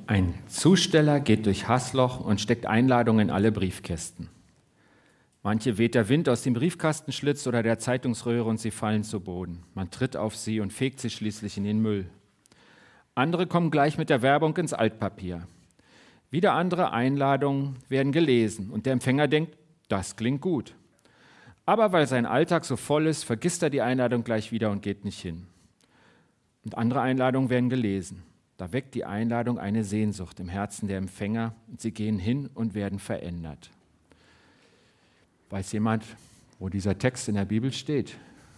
Ein Zusteller geht durch Haßloch und steckt Einladungen in alle Briefkästen. Manche weht der Wind aus dem Briefkastenschlitz oder der Zeitungsröhre und sie fallen zu Boden. Man tritt auf sie und fegt sie schließlich in den Müll. Andere kommen gleich mit der Werbung ins Altpapier. Wieder andere Einladungen werden gelesen und der Empfänger denkt, das klingt gut. Aber weil sein Alltag so voll ist, vergisst er die Einladung gleich wieder und geht nicht hin. Und andere Einladungen werden gelesen. Da weckt die Einladung eine Sehnsucht im Herzen der Empfänger und sie gehen hin und werden verändert. Weiß jemand, wo dieser Text in der Bibel steht?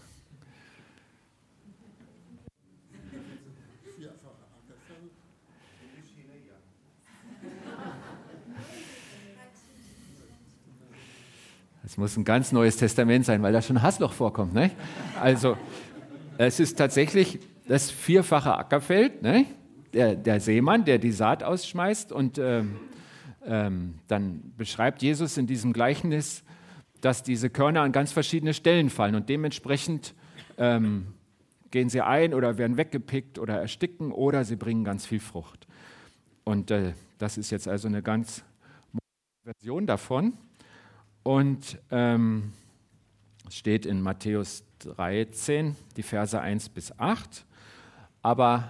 Es muss ein ganz neues Testament sein, weil da schon Haßloch vorkommt. Ne? Also es ist tatsächlich das vierfache Ackerfeld, ne? Der Seemann, der die Saat ausschmeißt. Und dann beschreibt Jesus in diesem Gleichnis, dass diese Körner an ganz verschiedene Stellen fallen. Und dementsprechend gehen sie ein oder werden weggepickt oder ersticken oder sie bringen ganz viel Frucht. Und das ist jetzt also eine ganz moderne Version davon. Und es steht in Matthäus 13, die Verse 1 bis 8. Aber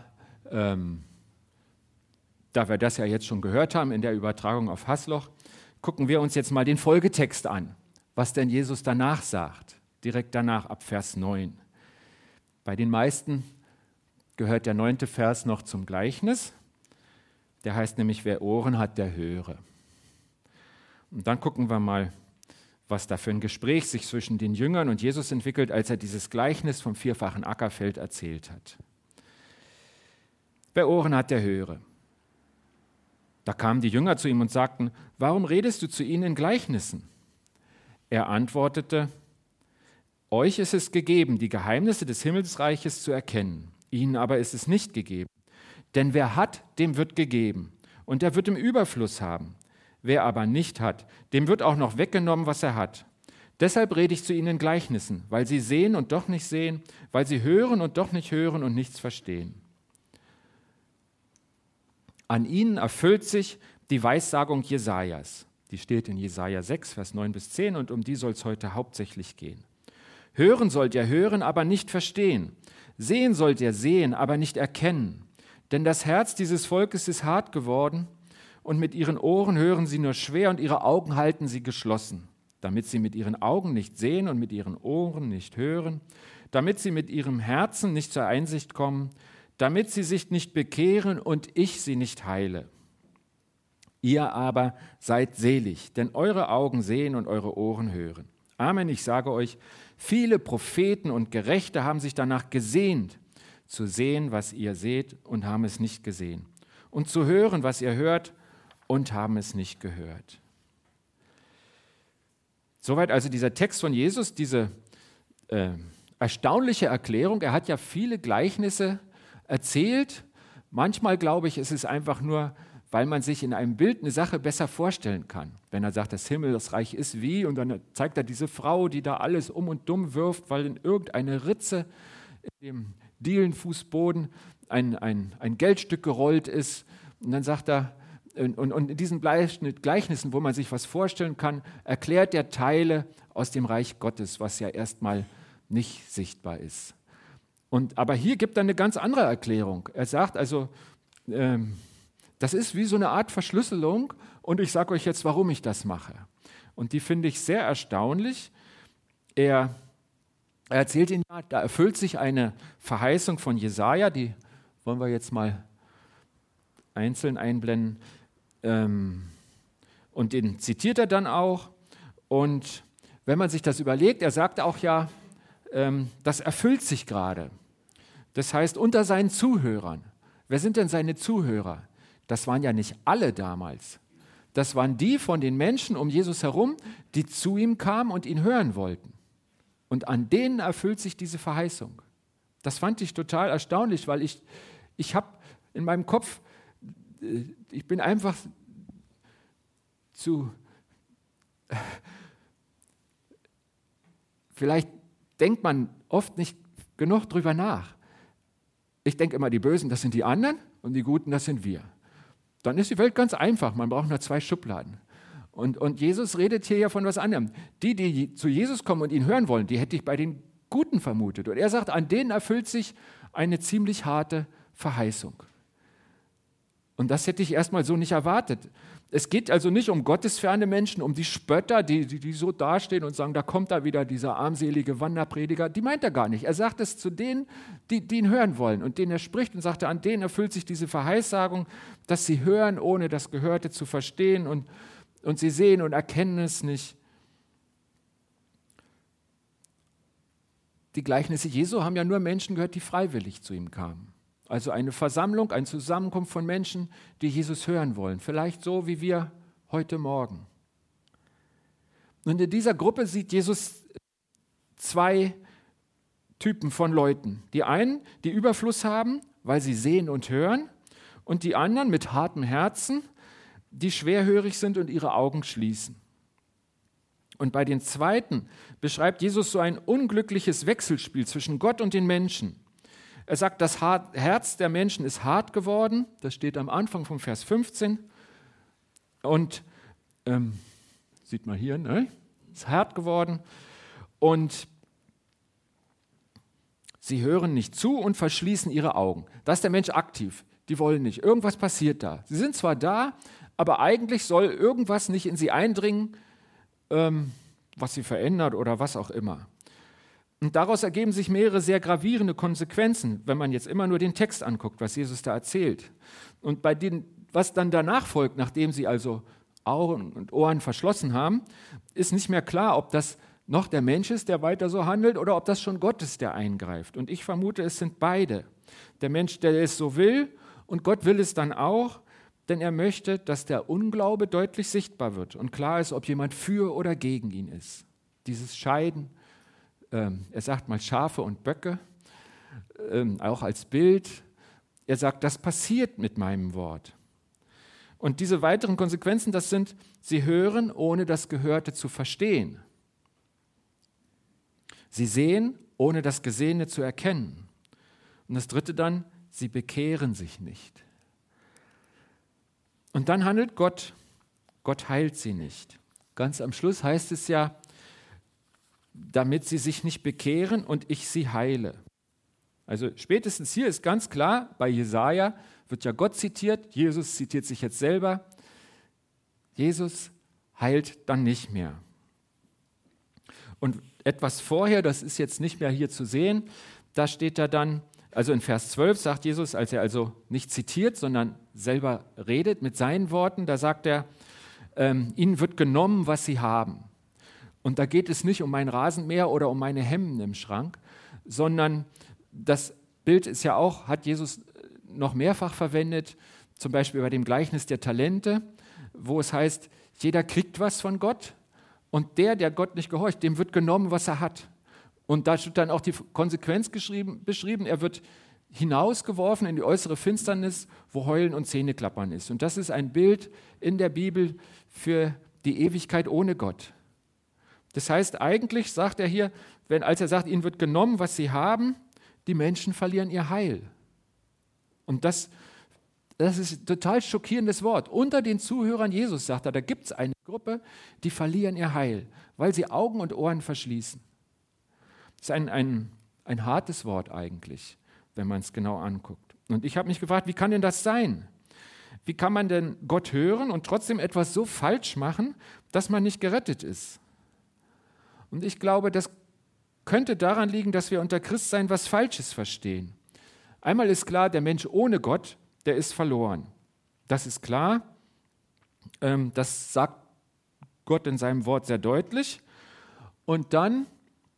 da wir das ja jetzt schon gehört haben in der Übertragung auf Haßloch, gucken wir uns jetzt mal den Folgetext an, was denn Jesus danach sagt, direkt danach ab Vers 9. Bei den meisten gehört der 9. Vers noch zum Gleichnis. Der heißt nämlich, wer Ohren hat, der höre. Und dann gucken wir mal, was da für ein Gespräch sich zwischen den Jüngern und Jesus entwickelt, als er dieses Gleichnis vom vierfachen Ackerfeld erzählt hat. Wer Ohren hat, der höre. Da kamen die Jünger zu ihm und sagten, warum redest du zu ihnen in Gleichnissen? Er antwortete, euch ist es gegeben, die Geheimnisse des Himmelsreiches zu erkennen. Ihnen aber ist es nicht gegeben. Denn wer hat, dem wird gegeben. Und er wird im Überfluss haben. Wer aber nicht hat, dem wird auch noch weggenommen, was er hat. Deshalb rede ich zu ihnen in Gleichnissen, weil sie sehen und doch nicht sehen, weil sie hören und doch nicht hören und nichts verstehen. An ihnen erfüllt sich die Weissagung Jesajas. Die steht in Jesaja 6, Vers 9 bis 10 und um die soll es heute hauptsächlich gehen. Hören sollt ihr hören, aber nicht verstehen. Sehen sollt ihr sehen, aber nicht erkennen. Denn das Herz dieses Volkes ist hart geworden und mit ihren Ohren hören sie nur schwer und ihre Augen halten sie geschlossen, damit sie mit ihren Augen nicht sehen und mit ihren Ohren nicht hören, damit sie mit ihrem Herzen nicht zur Einsicht kommen, damit sie sich nicht bekehren und ich sie nicht heile. Ihr aber seid selig, denn eure Augen sehen und eure Ohren hören. Amen, ich sage euch, viele Propheten und Gerechte haben sich danach gesehnt, zu sehen, was ihr seht und haben es nicht gesehen, und zu hören, was ihr hört und haben es nicht gehört. Soweit also dieser Text von Jesus, diese erstaunliche Erklärung. Er hat ja viele Gleichnisse erzählt. Manchmal glaube ich, es ist einfach nur, weil man sich in einem Bild eine Sache besser vorstellen kann. Wenn er sagt, das Himmelsreich ist wie, und dann zeigt er diese Frau, die da alles um und dumm wirft, weil in irgendeine Ritze in dem Dielenfußboden ein Geldstück gerollt ist. Und dann sagt er, und in diesen Gleichnissen, wo man sich was vorstellen kann, erklärt er Teile aus dem Reich Gottes, was ja erstmal nicht sichtbar ist. Aber hier gibt er eine ganz andere Erklärung. Er sagt also, das ist wie so eine Art Verschlüsselung und ich sage euch jetzt, warum ich das mache. Und die finde ich sehr erstaunlich. Er erzählt ihnen, da erfüllt sich eine Verheißung von Jesaja, die wollen wir jetzt mal einzeln einblenden. Und den zitiert er dann auch. Und wenn man sich das überlegt, er sagt auch ja, das erfüllt sich gerade. Das heißt, unter seinen Zuhörern. Wer sind denn seine Zuhörer? Das waren ja nicht alle damals. Das waren die von den Menschen um Jesus herum, die zu ihm kamen und ihn hören wollten. Und an denen erfüllt sich diese Verheißung. Das fand ich total erstaunlich, weil ich habe in meinem Kopf, ich bin einfach vielleicht denkt man oft nicht genug drüber nach. Ich denke immer, die Bösen, das sind die anderen und die Guten, das sind wir. dann ist die Welt ganz einfach. Man braucht nur 2 Schubladen. Und Jesus redet hier ja von was anderem. Die zu Jesus kommen und ihn hören wollen, die hätte ich bei den Guten vermutet. Und er sagt, an denen erfüllt sich eine ziemlich harte Verheißung. Und das hätte ich erstmal so nicht erwartet. Es geht also nicht um gottesferne Menschen, um die Spötter, die so dastehen und sagen, da kommt da wieder dieser armselige Wanderprediger. Die meint er gar nicht. Er sagt es zu denen, die ihn hören wollen und denen er spricht und sagt, an denen erfüllt sich diese Verheißung, dass sie hören, ohne das Gehörte zu verstehen und sie sehen und erkennen es nicht. Die Gleichnisse Jesu haben ja nur Menschen gehört, die freiwillig zu ihm kamen. Also eine Versammlung, eine Zusammenkunft von Menschen, die Jesus hören wollen. Vielleicht so wie wir heute Morgen. Und in dieser Gruppe sieht Jesus 2 Typen von Leuten. Die einen, die Überfluss haben, weil sie sehen und hören. Und die anderen mit hartem Herzen, die schwerhörig sind und ihre Augen schließen. Und bei den zweiten beschreibt Jesus so ein unglückliches Wechselspiel zwischen Gott und den Menschen. Er sagt, das Herz der Menschen ist hart geworden. Das steht am Anfang von Vers 15. Und sieht man hier, ne? Ist hart geworden. Und sie hören nicht zu und verschließen ihre Augen. Da ist der Mensch aktiv. Die wollen nicht. Irgendwas passiert da. Sie sind zwar da, aber eigentlich soll irgendwas nicht in sie eindringen, was sie verändert oder was auch immer. Und daraus ergeben sich mehrere sehr gravierende Konsequenzen, wenn man jetzt immer nur den Text anguckt, was Jesus da erzählt. Und bei denen, was dann danach folgt, nachdem sie also Augen und Ohren verschlossen haben, ist nicht mehr klar, ob das noch der Mensch ist, der weiter so handelt, oder ob das schon Gott ist, der eingreift. Und ich vermute, es sind beide. Der Mensch, der es so will, und Gott will es dann auch, denn er möchte, dass der Unglaube deutlich sichtbar wird und klar ist, ob jemand für oder gegen ihn ist. Dieses Scheiden, er sagt mal Schafe und Böcke, auch als Bild. Er sagt, das passiert mit meinem Wort. Und diese weiteren Konsequenzen, das sind, sie hören, ohne das Gehörte zu verstehen. Sie sehen, ohne das Gesehene zu erkennen. Und das dritte dann, sie bekehren sich nicht. Und dann handelt Gott. Gott heilt sie nicht. Ganz am Schluss heißt es ja, damit sie sich nicht bekehren und ich sie heile. Also spätestens hier ist ganz klar, bei Jesaja wird ja Gott zitiert, Jesus zitiert sich jetzt selber. Jesus heilt dann nicht mehr. Und etwas vorher, das ist jetzt nicht mehr hier zu sehen, da steht da dann, also in Vers 12 sagt Jesus, als er also nicht zitiert, sondern selber redet mit seinen Worten, da sagt er, ihnen wird genommen, was sie haben. Und da geht es nicht um mein Rasenmäher oder um meine Hemden im Schrank, sondern das Bild ist ja auch, hat Jesus noch mehrfach verwendet, zum Beispiel bei dem Gleichnis der Talente, wo es heißt, jeder kriegt was von Gott und der Gott nicht gehorcht, dem wird genommen, was er hat. Und da steht dann auch die Konsequenz beschrieben, er wird hinausgeworfen in die äußere Finsternis, wo Heulen und Zähneklappern ist. Und das ist ein Bild in der Bibel für die Ewigkeit ohne Gott. Das heißt, eigentlich sagt er hier, als er sagt, ihnen wird genommen, was sie haben, die Menschen verlieren ihr Heil. Und das ist ein total schockierendes Wort. Unter den Zuhörern Jesus, sagt er, da gibt es eine Gruppe, die verlieren ihr Heil, weil sie Augen und Ohren verschließen. Das ist ein hartes Wort eigentlich, wenn man es genau anguckt. Und ich habe mich gefragt, wie kann denn das sein? Wie kann man denn Gott hören und trotzdem etwas so falsch machen, dass man nicht gerettet ist? Und ich glaube, das könnte daran liegen, dass wir unter Christsein was Falsches verstehen. Einmal ist klar, der Mensch ohne Gott, der ist verloren. Das ist klar. Das sagt Gott in seinem Wort sehr deutlich. Und dann,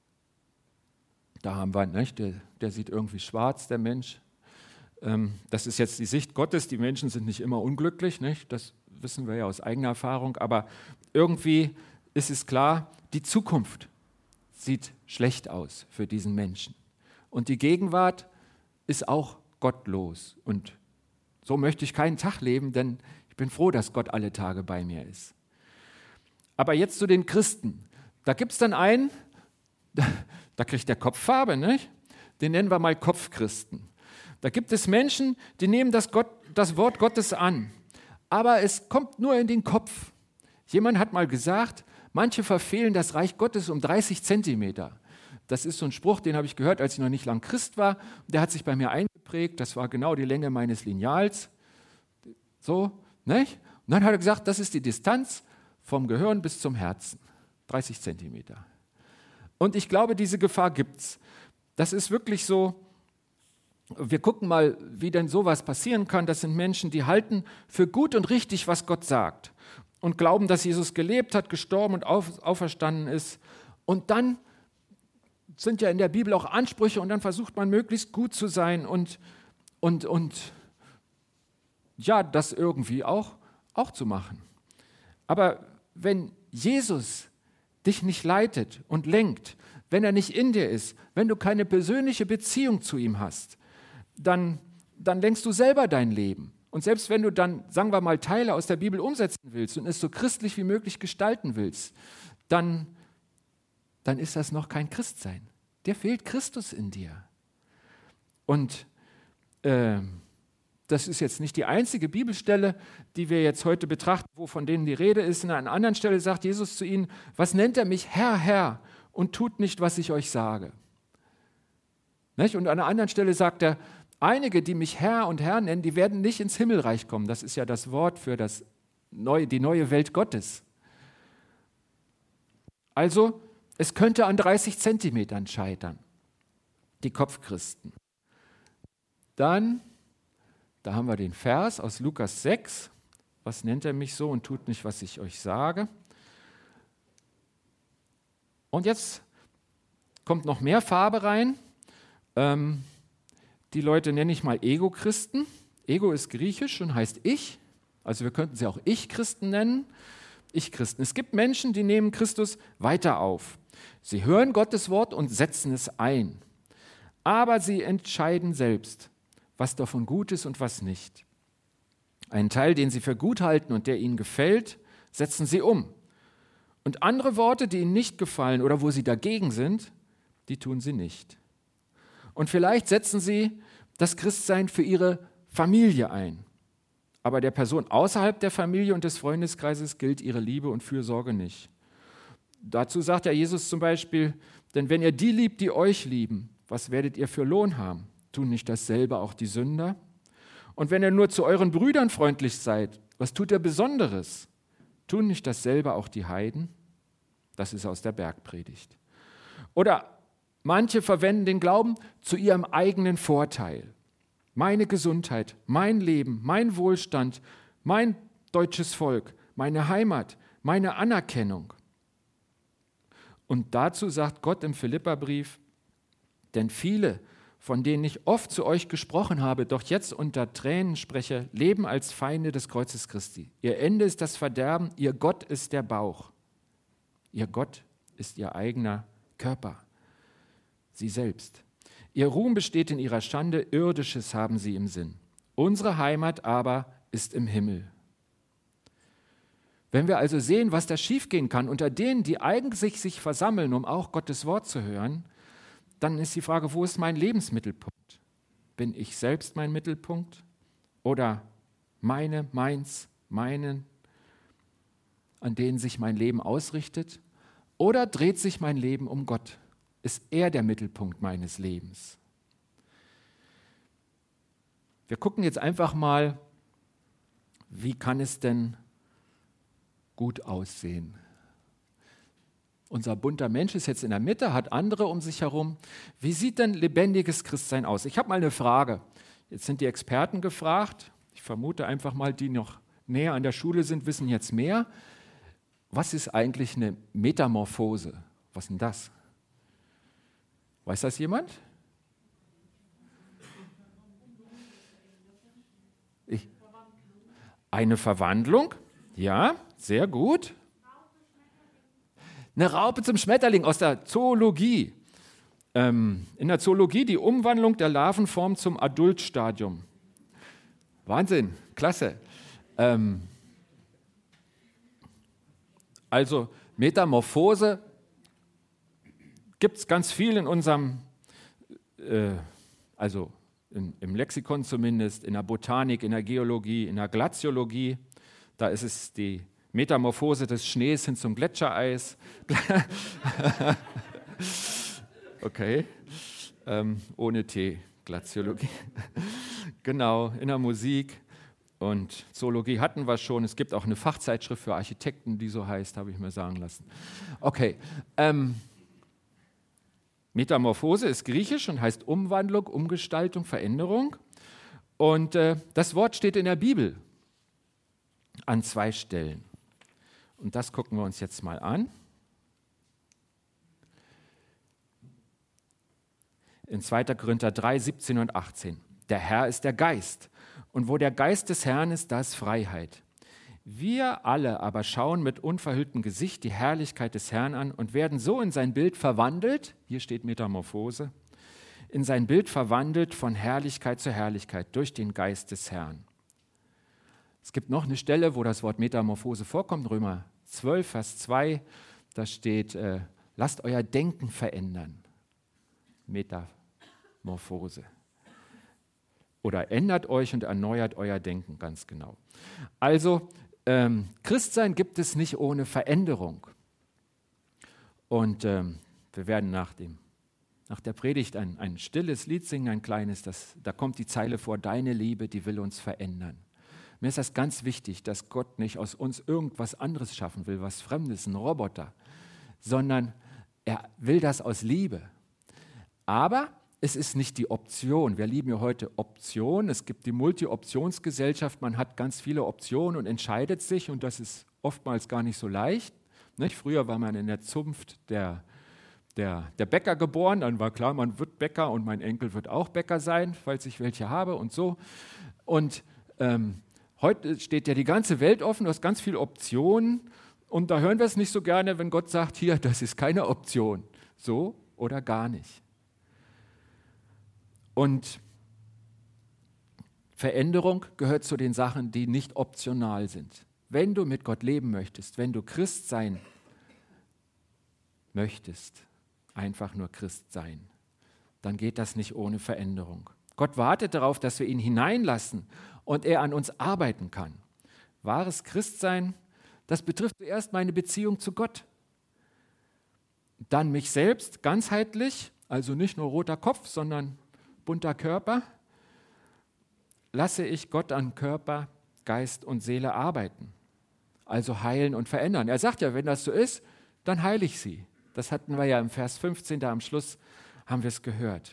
da haben wir, nicht, der sieht irgendwie schwarz, der Mensch. Das ist jetzt die Sicht Gottes. Die Menschen sind nicht immer unglücklich, nicht? Das wissen wir ja aus eigener Erfahrung. Aber irgendwie ist es klar, die Zukunft sieht schlecht aus für diesen Menschen. Und die Gegenwart ist auch gottlos. Und so möchte ich keinen Tag leben, denn ich bin froh, dass Gott alle Tage bei mir ist. Aber jetzt zu den Christen. Da gibt es dann einen, da kriegt der Kopffarbe, nicht? Den nennen wir mal Kopfchristen. Da gibt es Menschen, die nehmen das Wort Gottes an, aber es kommt nur in den Kopf. Jemand hat mal gesagt, manche verfehlen das Reich Gottes um 30 Zentimeter. Das ist so ein Spruch, den habe ich gehört, als ich noch nicht lang Christ war. Der hat sich bei mir eingeprägt. Das war genau die Länge meines Lineals. So, nicht? Und dann hat er gesagt, das ist die Distanz vom Gehirn bis zum Herzen. 30 Zentimeter. Und ich glaube, diese Gefahr gibt es. Das ist wirklich so. Wir gucken mal, wie denn sowas passieren kann. Das sind Menschen, die halten für gut und richtig, was Gott sagt. Und glauben, dass Jesus gelebt hat, gestorben und auferstanden ist. Und dann sind ja in der Bibel auch Ansprüche und dann versucht man möglichst gut zu sein und ja, das irgendwie auch zu machen. Aber wenn Jesus dich nicht leitet und lenkt, wenn er nicht in dir ist, wenn du keine persönliche Beziehung zu ihm hast, dann lenkst du selber dein Leben. Und selbst wenn du dann, sagen wir mal, Teile aus der Bibel umsetzen willst und es so christlich wie möglich gestalten willst, dann ist das noch kein Christsein. Dir fehlt Christus in dir. Und das ist jetzt nicht die einzige Bibelstelle, die wir jetzt heute betrachten, wo von denen die Rede ist. An einer anderen Stelle sagt Jesus zu ihnen, was nennt er mich Herr, Herr und tut nicht, was ich euch sage. Nicht? Und an einer anderen Stelle sagt er, einige, die mich Herr und Herr nennen, die werden nicht ins Himmelreich kommen. Das ist ja das Wort für die neue Welt Gottes. Also, es könnte an 30 Zentimetern scheitern, die Kopfchristen. Dann, da haben wir den Vers aus Lukas 6. Was nennt er mich so und tut nicht, was ich euch sage? Und jetzt kommt noch mehr Farbe rein. Die Leute nenne ich mal Ego-Christen. Ego ist griechisch und heißt ich. Also wir könnten sie auch Ich-Christen nennen. Ich-Christen. Es gibt Menschen, die nehmen Christus weiter auf. Sie hören Gottes Wort und setzen es ein. Aber sie entscheiden selbst, was davon gut ist und was nicht. Einen Teil, den sie für gut halten und der ihnen gefällt, setzen sie um. Und andere Worte, die ihnen nicht gefallen oder wo sie dagegen sind, die tun sie nicht. Und vielleicht setzen sie das Christsein für ihre Familie ein. Aber der Person außerhalb der Familie und des Freundeskreises gilt ihre Liebe und Fürsorge nicht. Dazu sagt ja Jesus zum Beispiel, denn wenn ihr die liebt, die euch lieben, was werdet ihr für Lohn haben? Tun nicht dasselbe auch die Sünder? Und wenn ihr nur zu euren Brüdern freundlich seid, was tut ihr Besonderes? Tun nicht dasselbe auch die Heiden? Das ist aus der Bergpredigt. Oder manche verwenden den Glauben zu ihrem eigenen Vorteil. Meine Gesundheit, mein Leben, mein Wohlstand, mein deutsches Volk, meine Heimat, meine Anerkennung. Und dazu sagt Gott im Philipperbrief, denn viele, von denen ich oft zu euch gesprochen habe, doch jetzt unter Tränen spreche, leben als Feinde des Kreuzes Christi. Ihr Ende ist das Verderben, ihr Gott ist der Bauch. Ihr Gott ist ihr eigener Körper, sie selbst. Ihr Ruhm besteht in ihrer Schande, Irdisches haben sie im Sinn. Unsere Heimat aber ist im Himmel. Wenn wir also sehen, was da schiefgehen kann unter denen, die eigentlich sich versammeln, um auch Gottes Wort zu hören, dann ist die Frage, wo ist mein Lebensmittelpunkt? Bin ich selbst mein Mittelpunkt? Oder meins, meinen, an denen sich mein Leben ausrichtet? Oder dreht sich mein Leben um Gott? Ist er der Mittelpunkt meines Lebens? Wir gucken jetzt einfach mal, wie kann es denn gut aussehen? Unser bunter Mensch ist jetzt in der Mitte, hat andere um sich herum. Wie sieht denn lebendiges Christsein aus? Ich habe mal eine Frage. Jetzt sind die Experten gefragt. Ich vermute einfach mal, die noch näher an der Schule sind, wissen jetzt mehr. Was ist eigentlich eine Metamorphose? Was ist denn das? Weiß das jemand? Eine Verwandlung? Ja, sehr gut. Eine Raupe zum Schmetterling aus der Zoologie. In der Zoologie die Umwandlung der Larvenform zum Adultstadium. Wahnsinn, klasse. Also Metamorphose gibt es ganz viel in unserem, im Lexikon zumindest, in der Botanik, in der Geologie, in der Glaziologie. Da ist es die Metamorphose des Schnees hin zum Gletschereis. Okay, ohne T, Glaziologie. Genau, in der Musik. Und Zoologie hatten wir schon. Es gibt auch eine Fachzeitschrift für Architekten, die so heißt, habe ich mir sagen lassen. Okay, Metamorphose ist griechisch und heißt Umwandlung, Umgestaltung, Veränderung. Und das Wort steht in der Bibel an 2 Stellen. Und das gucken wir uns jetzt mal an. In 2. Korinther 3, 17 und 18. Der Herr ist der Geist. Und wo der Geist des Herrn ist, da ist Freiheit. Wir alle aber schauen mit unverhülltem Gesicht die Herrlichkeit des Herrn an und werden so in sein Bild verwandelt, hier steht Metamorphose, in sein Bild verwandelt von Herrlichkeit zu Herrlichkeit durch den Geist des Herrn. Es gibt noch eine Stelle, wo das Wort Metamorphose vorkommt, Römer 12, Vers 2, da steht, lasst euer Denken verändern. Metamorphose. Oder ändert euch und erneuert euer Denken, ganz genau. Also, Christsein gibt es nicht ohne Veränderung. Und wir werden nach der Predigt ein stilles Lied singen, ein kleines, da kommt die Zeile vor, deine Liebe, die will uns verändern. Mir ist das ganz wichtig, dass Gott nicht aus uns irgendwas anderes schaffen will, was Fremdes, ein Roboter, sondern er will das aus Liebe. Aber es ist nicht die Option. Wir lieben ja heute Optionen. Es gibt die Multi-Optionsgesellschaft. Man hat ganz viele Optionen und entscheidet sich. Und das ist oftmals gar nicht so leicht. Nicht? Früher war man in der Zunft der Bäcker geboren. Dann war klar, man wird Bäcker und mein Enkel wird auch Bäcker sein, falls ich welche habe und so. Und heute steht ja die ganze Welt offen. Du hast ganz viele Optionen. Und da hören wir es nicht so gerne, wenn Gott sagt, hier, das ist keine Option. So oder gar nicht. Und Veränderung gehört zu den Sachen, die nicht optional sind. Wenn du mit Gott leben möchtest, wenn du Christ sein möchtest, einfach nur Christ sein, dann geht das nicht ohne Veränderung. Gott wartet darauf, dass wir ihn hineinlassen und er an uns arbeiten kann. Wahres Christsein, das betrifft zuerst meine Beziehung zu Gott. Dann mich selbst ganzheitlich, also nicht nur roter Kopf, sondern bunter Körper, lasse ich Gott an Körper, Geist und Seele arbeiten. Also heilen und verändern. Er sagt ja, wenn das so ist, dann heile ich sie. Das hatten wir ja im Vers 15, da am Schluss haben wir es gehört.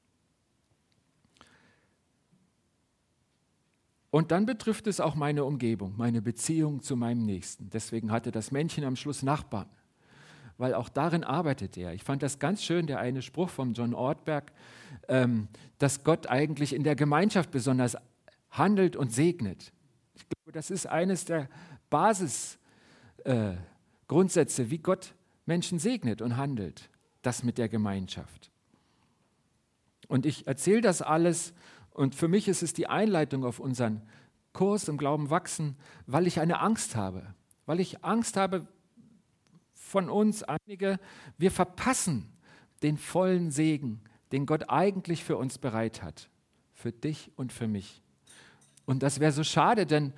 Und dann betrifft es auch meine Umgebung, meine Beziehung zu meinem Nächsten. Deswegen hatte das Männchen am Schluss Nachbarn, weil auch darin arbeitet er. Ich fand das ganz schön, der eine Spruch von John Ortberg, dass Gott eigentlich in der Gemeinschaft besonders handelt und segnet. Ich glaube, das ist eines der Basisgrundsätze, wie Gott Menschen segnet und handelt, das mit der Gemeinschaft. Und ich erzähle das alles und für mich ist es die Einleitung auf unseren Kurs im Glauben wachsen, weil ich eine Angst habe. Weil ich Angst habe von uns, einige, wir verpassen den vollen Segen, den Gott eigentlich für uns bereit hat. Für dich und für mich. Und das wäre so schade, denn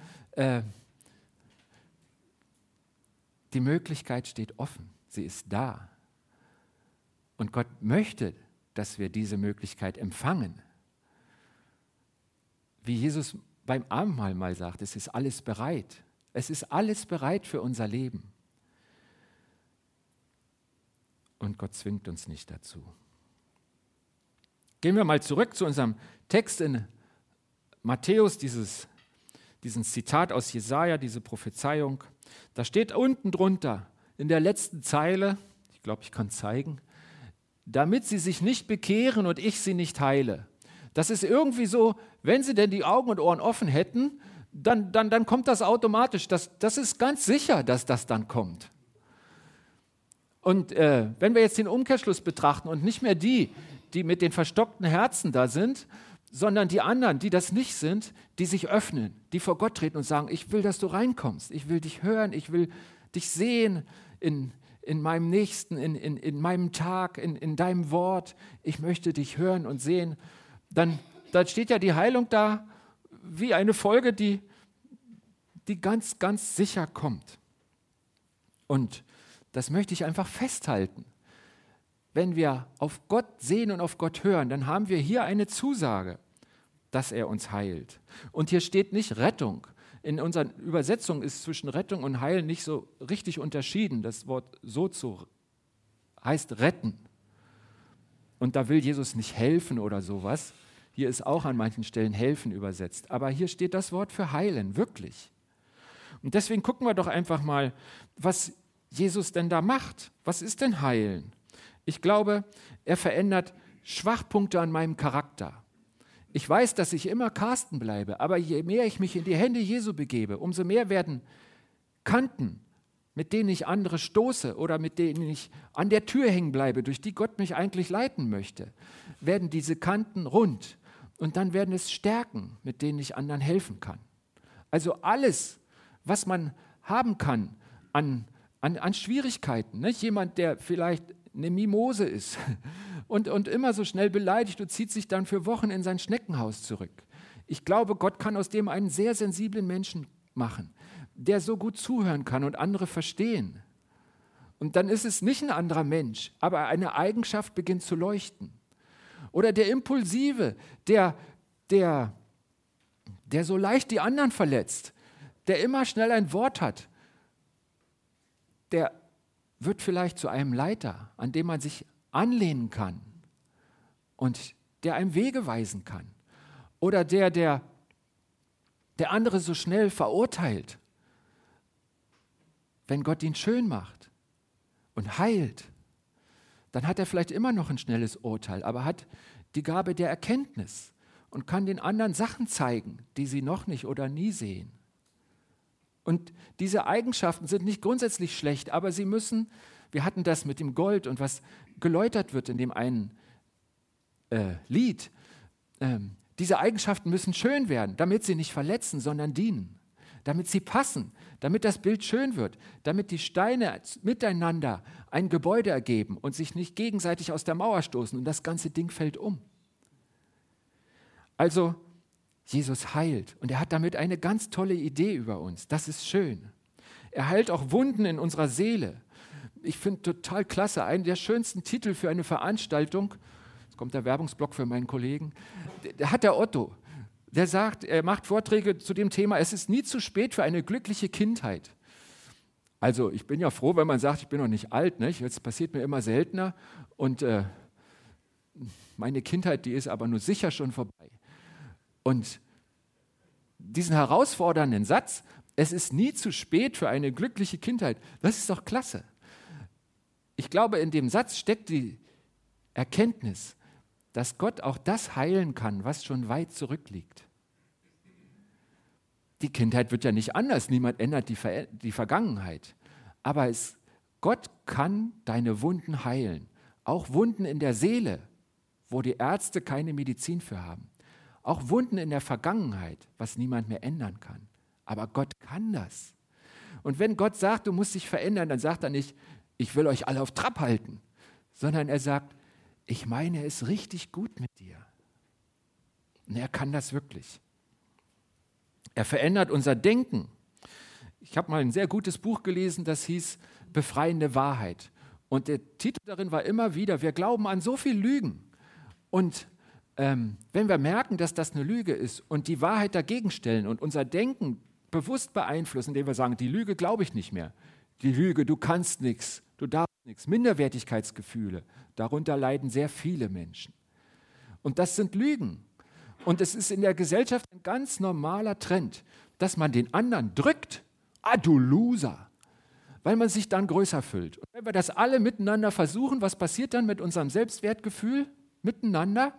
die Möglichkeit steht offen. Sie ist da. Und Gott möchte, dass wir diese Möglichkeit empfangen. Wie Jesus beim Abendmahl mal sagt, es ist alles bereit. Es ist alles bereit für unser Leben. Und Gott zwingt uns nicht dazu. Gehen wir mal zurück zu unserem Text in Matthäus, diesen Zitat aus Jesaja, diese Prophezeiung. Da steht unten drunter, in der letzten Zeile, ich glaube, ich kann es zeigen, damit sie sich nicht bekehren und ich sie nicht heile. Das ist irgendwie so, wenn sie denn die Augen und Ohren offen hätten, dann kommt das automatisch. Das ist ganz sicher, dass das dann kommt. Und wenn wir jetzt den Umkehrschluss betrachten und nicht mehr die mit den verstockten Herzen da sind, sondern die anderen, die das nicht sind, die sich öffnen, die vor Gott treten und sagen, ich will, dass du reinkommst, ich will dich hören, ich will dich sehen in meinem Nächsten, in meinem Tag, in deinem Wort, ich möchte dich hören und sehen, dann steht ja die Heilung da wie eine Folge, die die ganz, ganz sicher kommt. Und das möchte ich einfach festhalten. Wenn wir auf Gott sehen und auf Gott hören, dann haben wir hier eine Zusage, dass er uns heilt. Und hier steht nicht Rettung. In unseren Übersetzungen ist zwischen Rettung und Heilen nicht so richtig unterschieden. Das Wort sozo heißt retten. Und da will Jesus nicht helfen oder sowas. Hier ist auch an manchen Stellen helfen übersetzt. Aber hier steht das Wort für heilen, wirklich. Und deswegen gucken wir doch einfach mal, was Jesus denn da macht. Was ist denn heilen? Ich glaube, er verändert Schwachpunkte an meinem Charakter. Ich weiß, dass ich immer Carsten bleibe, aber je mehr ich mich in die Hände Jesu begebe, umso mehr werden Kanten, mit denen ich andere stoße oder mit denen ich an der Tür hängen bleibe, durch die Gott mich eigentlich leiten möchte, werden diese Kanten rund und dann werden es Stärken, mit denen ich anderen helfen kann. Also alles, was man haben kann an Schwierigkeiten. Nicht? Jemand, der vielleicht eine Mimose ist und immer so schnell beleidigt und zieht sich dann für Wochen in sein Schneckenhaus zurück. Ich glaube, Gott kann aus dem einen sehr sensiblen Menschen machen, der so gut zuhören kann und andere verstehen. Und dann ist es nicht ein anderer Mensch, aber eine Eigenschaft beginnt zu leuchten. Oder der Impulsive, der so leicht die anderen verletzt, der immer schnell ein Wort hat, der wird vielleicht zu einem Leiter, an dem man sich anlehnen kann und der einem Wege weisen kann. Oder der andere so schnell verurteilt, wenn Gott ihn schön macht und heilt, dann hat er vielleicht immer noch ein schnelles Urteil, aber hat die Gabe der Erkenntnis und kann den anderen Sachen zeigen, die sie noch nicht oder nie sehen. Und diese Eigenschaften sind nicht grundsätzlich schlecht, aber sie müssen, wir hatten das mit dem Gold und was geläutert wird in dem einen Lied, diese Eigenschaften müssen schön werden, damit sie nicht verletzen, sondern dienen, damit sie passen, damit das Bild schön wird, damit die Steine miteinander ein Gebäude ergeben und sich nicht gegenseitig aus der Mauer stoßen und das ganze Ding fällt um. Also Jesus heilt und er hat damit eine ganz tolle Idee über uns. Das ist schön. Er heilt auch Wunden in unserer Seele. Ich finde total klasse, einen der schönsten Titel für eine Veranstaltung, jetzt kommt der Werbungsblock für meinen Kollegen, der hat der Otto. Der sagt, er macht Vorträge zu dem Thema, es ist nie zu spät für eine glückliche Kindheit. Also ich bin ja froh, wenn man sagt, ich bin noch nicht alt, nicht? Jetzt passiert mir immer seltener und meine Kindheit, die ist aber nur sicher schon vorbei. Und diesen herausfordernden Satz, es ist nie zu spät für eine glückliche Kindheit, das ist doch klasse. Ich glaube, in dem Satz steckt die Erkenntnis, dass Gott auch das heilen kann, was schon weit zurückliegt. Die Kindheit wird ja nicht anders, niemand ändert die Vergangenheit. Aber Gott kann deine Wunden heilen, auch Wunden in der Seele, wo die Ärzte keine Medizin für haben. Auch Wunden in der Vergangenheit, was niemand mehr ändern kann. Aber Gott kann das. Und wenn Gott sagt, du musst dich verändern, dann sagt er nicht, ich will euch alle auf Trab halten, sondern er sagt, ich meine es richtig gut mit dir. Und er kann das wirklich. Er verändert unser Denken. Ich habe mal ein sehr gutes Buch gelesen, das hieß Befreiende Wahrheit. Und der Titel darin war immer wieder, wir glauben an so viel Lügen. Und wenn wir merken, dass das eine Lüge ist und die Wahrheit dagegen stellen und unser Denken bewusst beeinflussen, indem wir sagen, die Lüge glaube ich nicht mehr. Die Lüge, du kannst nichts, du darfst nichts. Minderwertigkeitsgefühle, darunter leiden sehr viele Menschen. Und das sind Lügen. Und es ist in der Gesellschaft ein ganz normaler Trend, dass man den anderen drückt, du Loser, weil man sich dann größer fühlt. Und wenn wir das alle miteinander versuchen, was passiert dann mit unserem Selbstwertgefühl miteinander?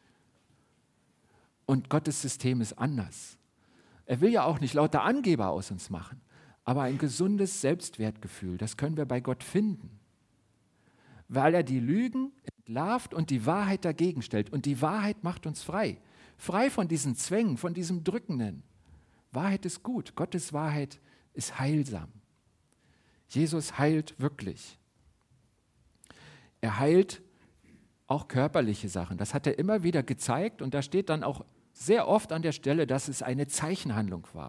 Und Gottes System ist anders. Er will ja auch nicht lauter Angeber aus uns machen, aber ein gesundes Selbstwertgefühl, das können wir bei Gott finden, weil er die Lügen entlarvt und die Wahrheit dagegen stellt. Und die Wahrheit macht uns frei. Frei von diesen Zwängen, von diesem Drückenden. Wahrheit ist gut, Gottes Wahrheit ist heilsam. Jesus heilt wirklich. Er heilt auch körperliche Sachen. Das hat er immer wieder gezeigt und da steht dann auch sehr oft an der Stelle, dass es eine Zeichenhandlung war.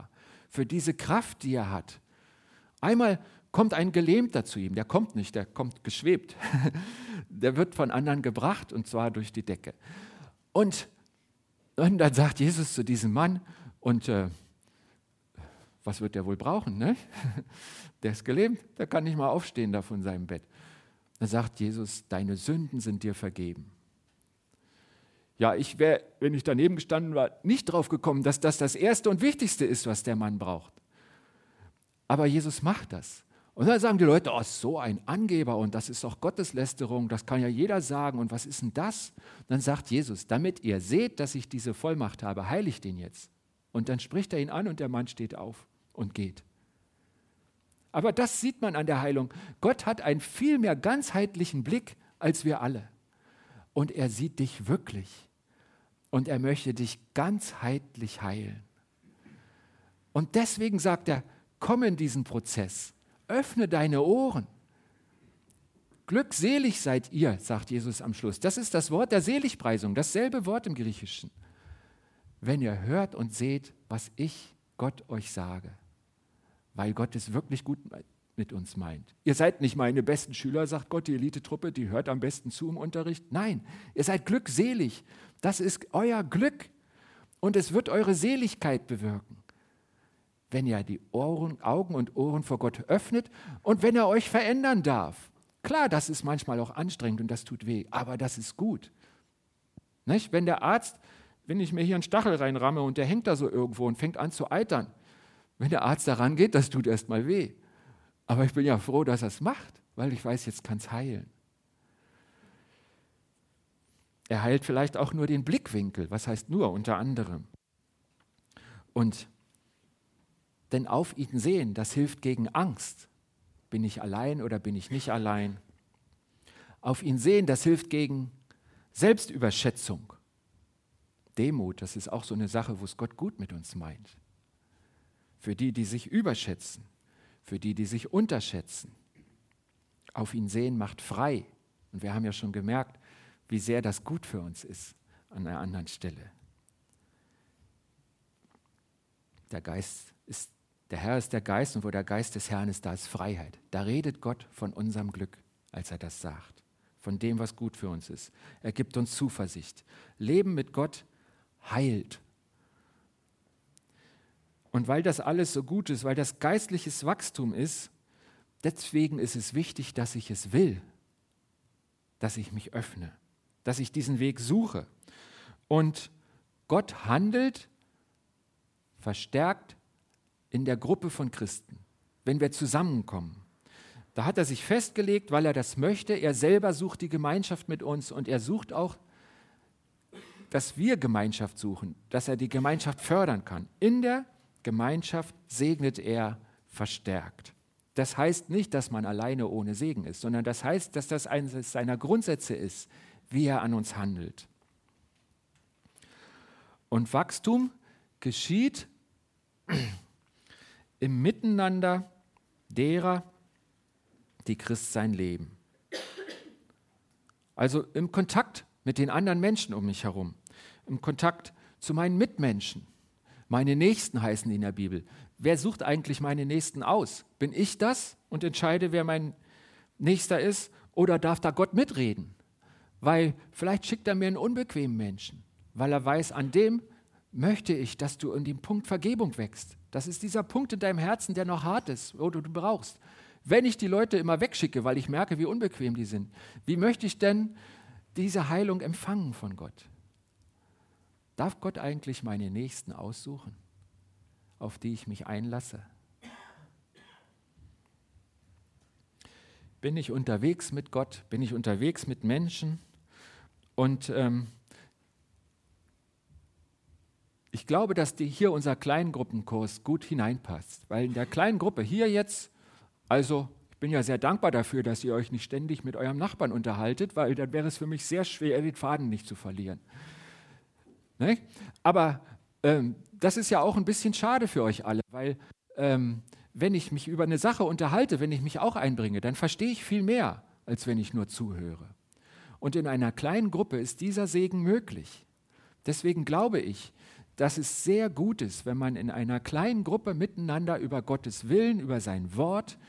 für diese Kraft, die er hat. Einmal kommt ein Gelähmter zu ihm, der kommt nicht, der kommt geschwebt. Der wird von anderen gebracht und zwar durch die Decke. Und dann sagt Jesus zu diesem Mann, und was wird der wohl brauchen? Ne? Der ist gelähmt, der kann nicht mal aufstehen da von seinem Bett. Dann sagt Jesus, deine Sünden sind dir vergeben. Ja, ich wäre, wenn ich daneben gestanden war, nicht drauf gekommen, dass das das Erste und Wichtigste ist, was der Mann braucht. Aber Jesus macht das. Und dann sagen die Leute, oh, so ein Angeber und das ist doch Gotteslästerung, das kann ja jeder sagen und was ist denn das? Und dann sagt Jesus, damit ihr seht, dass ich diese Vollmacht habe, heile ich den jetzt. Und dann spricht er ihn an und der Mann steht auf und geht. Aber das sieht man an der Heilung. Gott hat einen viel mehr ganzheitlichen Blick als wir alle. Und er sieht dich wirklich. Und er möchte dich ganzheitlich heilen. Und deswegen sagt er, komm in diesen Prozess. Öffne deine Ohren. Glückselig seid ihr, sagt Jesus am Schluss. Das ist das Wort der Seligpreisung, dasselbe Wort im Griechischen. Wenn ihr hört und seht, was ich, Gott, euch sage. Weil Gott es wirklich gut mit uns meint. Ihr seid nicht meine besten Schüler, sagt Gott, die Elitetruppe, die hört am besten zu im Unterricht. Nein, ihr seid glückselig. Das ist euer Glück. Und es wird eure Seligkeit bewirken. Wenn ihr die Augen und Ohren vor Gott öffnet und wenn er euch verändern darf. Klar, das ist manchmal auch anstrengend und das tut weh, aber das ist gut. Nicht? Wenn der Arzt, wenn ich mir hier einen Stachel reinramme und der hängt da so irgendwo und fängt an zu eitern, wenn der Arzt da rangeht, das tut erstmal weh. Aber ich bin ja froh, dass er es macht, weil ich weiß, jetzt kann es heilen. Er heilt vielleicht auch nur den Blickwinkel, was heißt nur, unter anderem. Und denn auf ihn sehen, das hilft gegen Angst. Bin ich allein oder bin ich nicht allein? Auf ihn sehen, das hilft gegen Selbstüberschätzung. Demut, das ist auch so eine Sache, wo es Gott gut mit uns meint. Für die, die sich überschätzen, für die, die sich unterschätzen. Auf ihn sehen macht frei. Und wir haben ja schon gemerkt, wie sehr das gut für uns ist an einer anderen Stelle. Der Herr ist der Geist und wo der Geist des Herrn ist, da ist Freiheit. Da redet Gott von unserem Glück, als er das sagt. Von dem, was gut für uns ist. Er gibt uns Zuversicht. Leben mit Gott heilt. Und weil das alles so gut ist, weil das geistliches Wachstum ist, deswegen ist es wichtig, dass ich es will, dass ich mich öffne, dass ich diesen Weg suche. Und Gott handelt verstärkt in der Gruppe von Christen, wenn wir zusammenkommen. Da hat er sich festgelegt, weil er das möchte. Er selber sucht die Gemeinschaft mit uns und er sucht auch, dass wir Gemeinschaft suchen, dass er die Gemeinschaft fördern kann. In der Gemeinschaft segnet er verstärkt. Das heißt nicht, dass man alleine ohne Segen ist, sondern das heißt, dass das eines seiner Grundsätze ist, wie er an uns handelt. Und Wachstum geschieht im Miteinander derer, die Christsein leben. Also im Kontakt mit den anderen Menschen um mich herum, im Kontakt zu meinen Mitmenschen. Meine Nächsten heißen die in der Bibel. Wer sucht eigentlich meine Nächsten aus? Bin ich das und entscheide, wer mein Nächster ist? Oder darf da Gott mitreden? Weil vielleicht schickt er mir einen unbequemen Menschen, weil er weiß, an dem möchte ich, dass du in dem Punkt Vergebung wächst. Das ist dieser Punkt in deinem Herzen, der noch hart ist oder du brauchst. Wenn ich die Leute immer wegschicke, weil ich merke, wie unbequem die sind, wie möchte ich denn diese Heilung empfangen von Gott? Darf Gott eigentlich meine Nächsten aussuchen, auf die ich mich einlasse? Bin ich unterwegs mit Gott? Bin ich unterwegs mit Menschen? Und ich glaube, dass hier unser Kleingruppenkurs gut hineinpasst, weil in der kleinen Gruppe hier jetzt, also ich bin ja sehr dankbar dafür, dass ihr euch nicht ständig mit eurem Nachbarn unterhaltet, weil dann wäre es für mich sehr schwer, den Faden nicht zu verlieren. Ne? Aber das ist ja auch ein bisschen schade für euch alle, weil wenn ich mich über eine Sache unterhalte, wenn ich mich auch einbringe, dann verstehe ich viel mehr, als wenn ich nur zuhöre. Und in einer kleinen Gruppe ist dieser Segen möglich. Deswegen glaube ich, dass es sehr gut ist, wenn man in einer kleinen Gruppe miteinander über Gottes Willen, über sein Wort,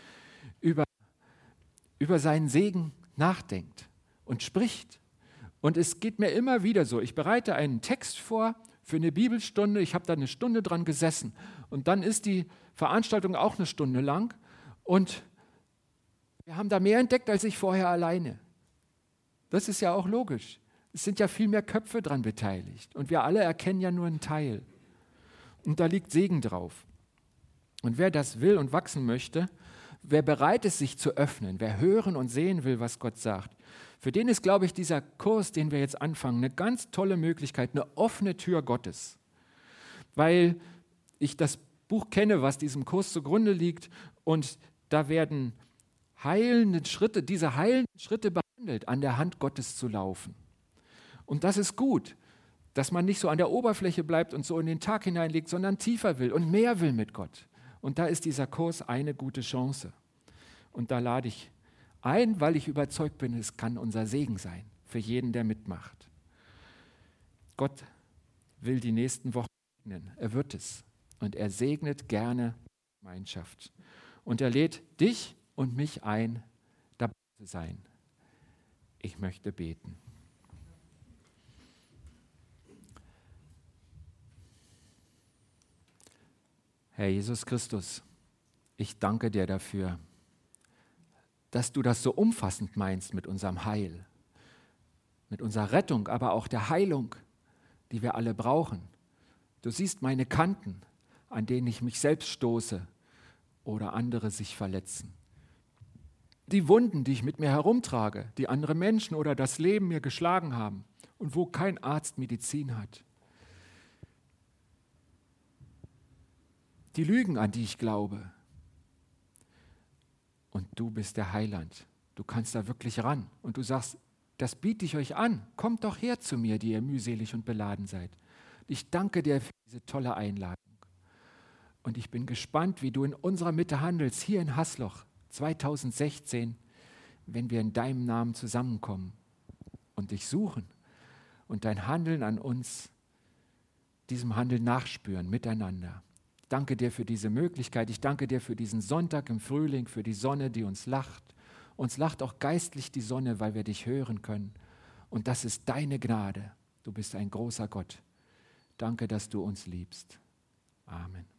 über seinen Segen nachdenkt und spricht. Und es geht mir immer wieder so, ich bereite einen Text vor für eine Bibelstunde, ich habe da eine Stunde dran gesessen und dann ist die Veranstaltung auch eine Stunde lang und wir haben da mehr entdeckt als ich vorher alleine. Das ist ja auch logisch. Es sind ja viel mehr Köpfe dran beteiligt und wir alle erkennen ja nur einen Teil. Und da liegt Segen drauf. Und wer das will und wachsen möchte, wer bereit ist, sich zu öffnen, wer hören und sehen will, was Gott sagt, für den ist, glaube ich, dieser Kurs, den wir jetzt anfangen, eine ganz tolle Möglichkeit, eine offene Tür Gottes. Weil ich das Buch kenne, was diesem Kurs zugrunde liegt und da werden heilende Schritte, diese heilenden Schritte behandelt, an der Hand Gottes zu laufen. Und das ist gut, dass man nicht so an der Oberfläche bleibt und so in den Tag hineinlegt, sondern tiefer will und mehr will mit Gott. Und da ist dieser Kurs eine gute Chance. Und da lade ich ein, weil ich überzeugt bin, es kann unser Segen sein für jeden, der mitmacht. Gott will die nächsten Wochen segnen. Er wird es. Und er segnet gerne Gemeinschaft. Und er lädt dich und mich ein, dabei zu sein. Ich möchte beten. Herr Jesus Christus, ich danke dir dafür, dass du das so umfassend meinst mit unserem Heil, mit unserer Rettung, aber auch der Heilung, die wir alle brauchen. Du siehst meine Kanten, an denen ich mich selbst stoße oder andere sich verletzen. Die Wunden, die ich mit mir herumtrage, die andere Menschen oder das Leben mir geschlagen haben und wo kein Arzt Medizin hat. Die Lügen, an die ich glaube. Und du bist der Heiland. Du kannst da wirklich ran. Und du sagst, das biete ich euch an. Kommt doch her zu mir, die ihr mühselig und beladen seid. Ich danke dir für diese tolle Einladung. Und ich bin gespannt, wie du in unserer Mitte handelst, hier in Hasloch 2016, wenn wir in deinem Namen zusammenkommen und dich suchen und dein Handeln an uns, diesem Handeln nachspüren, miteinander. Ich danke dir für diese Möglichkeit. Ich danke dir für diesen Sonntag im Frühling, für die Sonne, die uns lacht. Uns lacht auch geistlich die Sonne, weil wir dich hören können. Und das ist deine Gnade. Du bist ein großer Gott. Danke, dass du uns liebst. Amen.